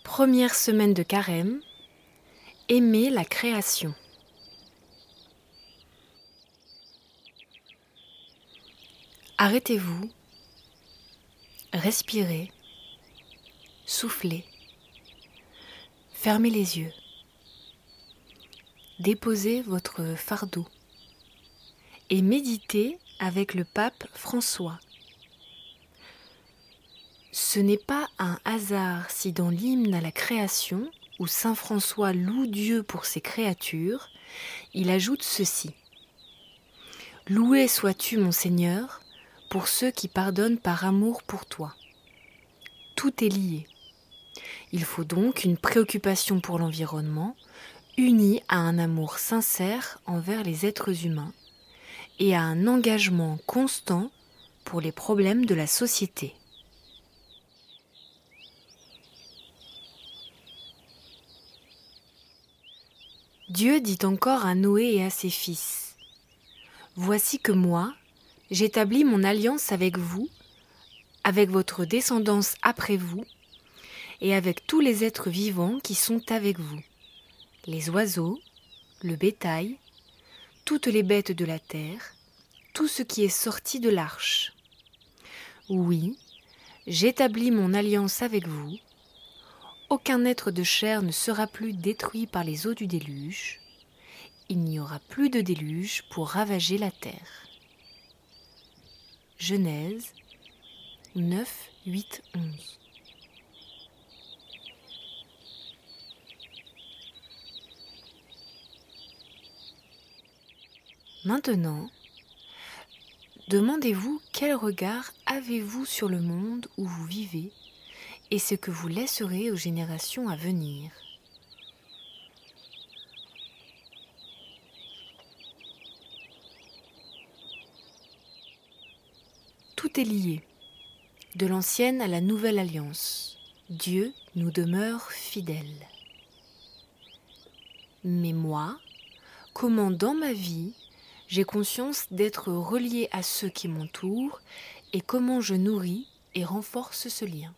Première semaine de carême, aimer la création. Arrêtez-vous, respirez, soufflez, fermez les yeux, déposez votre fardeau et méditez avec le pape François. Ce n'est pas un hasard si dans l'hymne à la création, où saint François loue Dieu pour ses créatures, il ajoute ceci. « Loué sois-tu, mon Seigneur, pour ceux qui pardonnent par amour pour toi. » Tout est lié. Il faut donc une préoccupation pour l'environnement, unie à un amour sincère envers les êtres humains et à un engagement constant pour les problèmes de la société. Dieu dit encore à Noé et à ses fils, « Voici que moi, j'établis mon alliance avec vous, avec votre descendance après vous, et avec tous les êtres vivants qui sont avec vous, les oiseaux, le bétail, toutes les bêtes de la terre, tout ce qui est sorti de l'arche. Oui, j'établis mon alliance avec vous. Aucun être de chair ne sera plus détruit par les eaux du déluge. Il n'y aura plus de déluge pour ravager la terre. » Genèse 9, 8, 11. Maintenant, demandez-vous quel regard avez-vous sur le monde où vous vivez et ce que vous laisserez aux générations à venir. Tout est lié, de l'ancienne à la nouvelle alliance. Dieu nous demeure fidèle. Mais moi, comment dans ma vie, j'ai conscience d'être relié à ceux qui m'entourent et comment je nourris et renforce ce lien.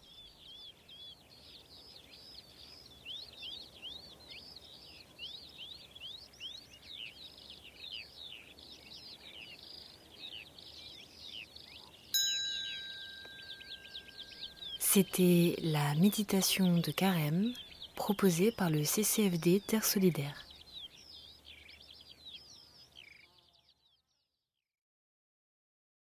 C'était la méditation de carême proposée par le CCFD Terre Solidaire.